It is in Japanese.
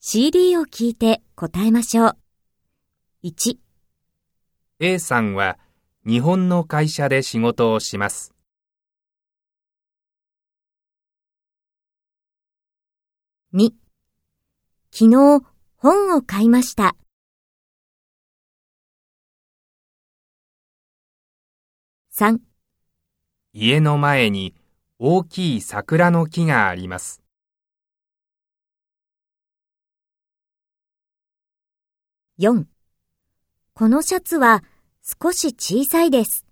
CD を聞いて答えましょう。1、 A さんは日本の会社で仕事をします。 2、昨日本を買いました。3、 家の前に大きい桜の木があります。 4、このシャツは少し小さいです。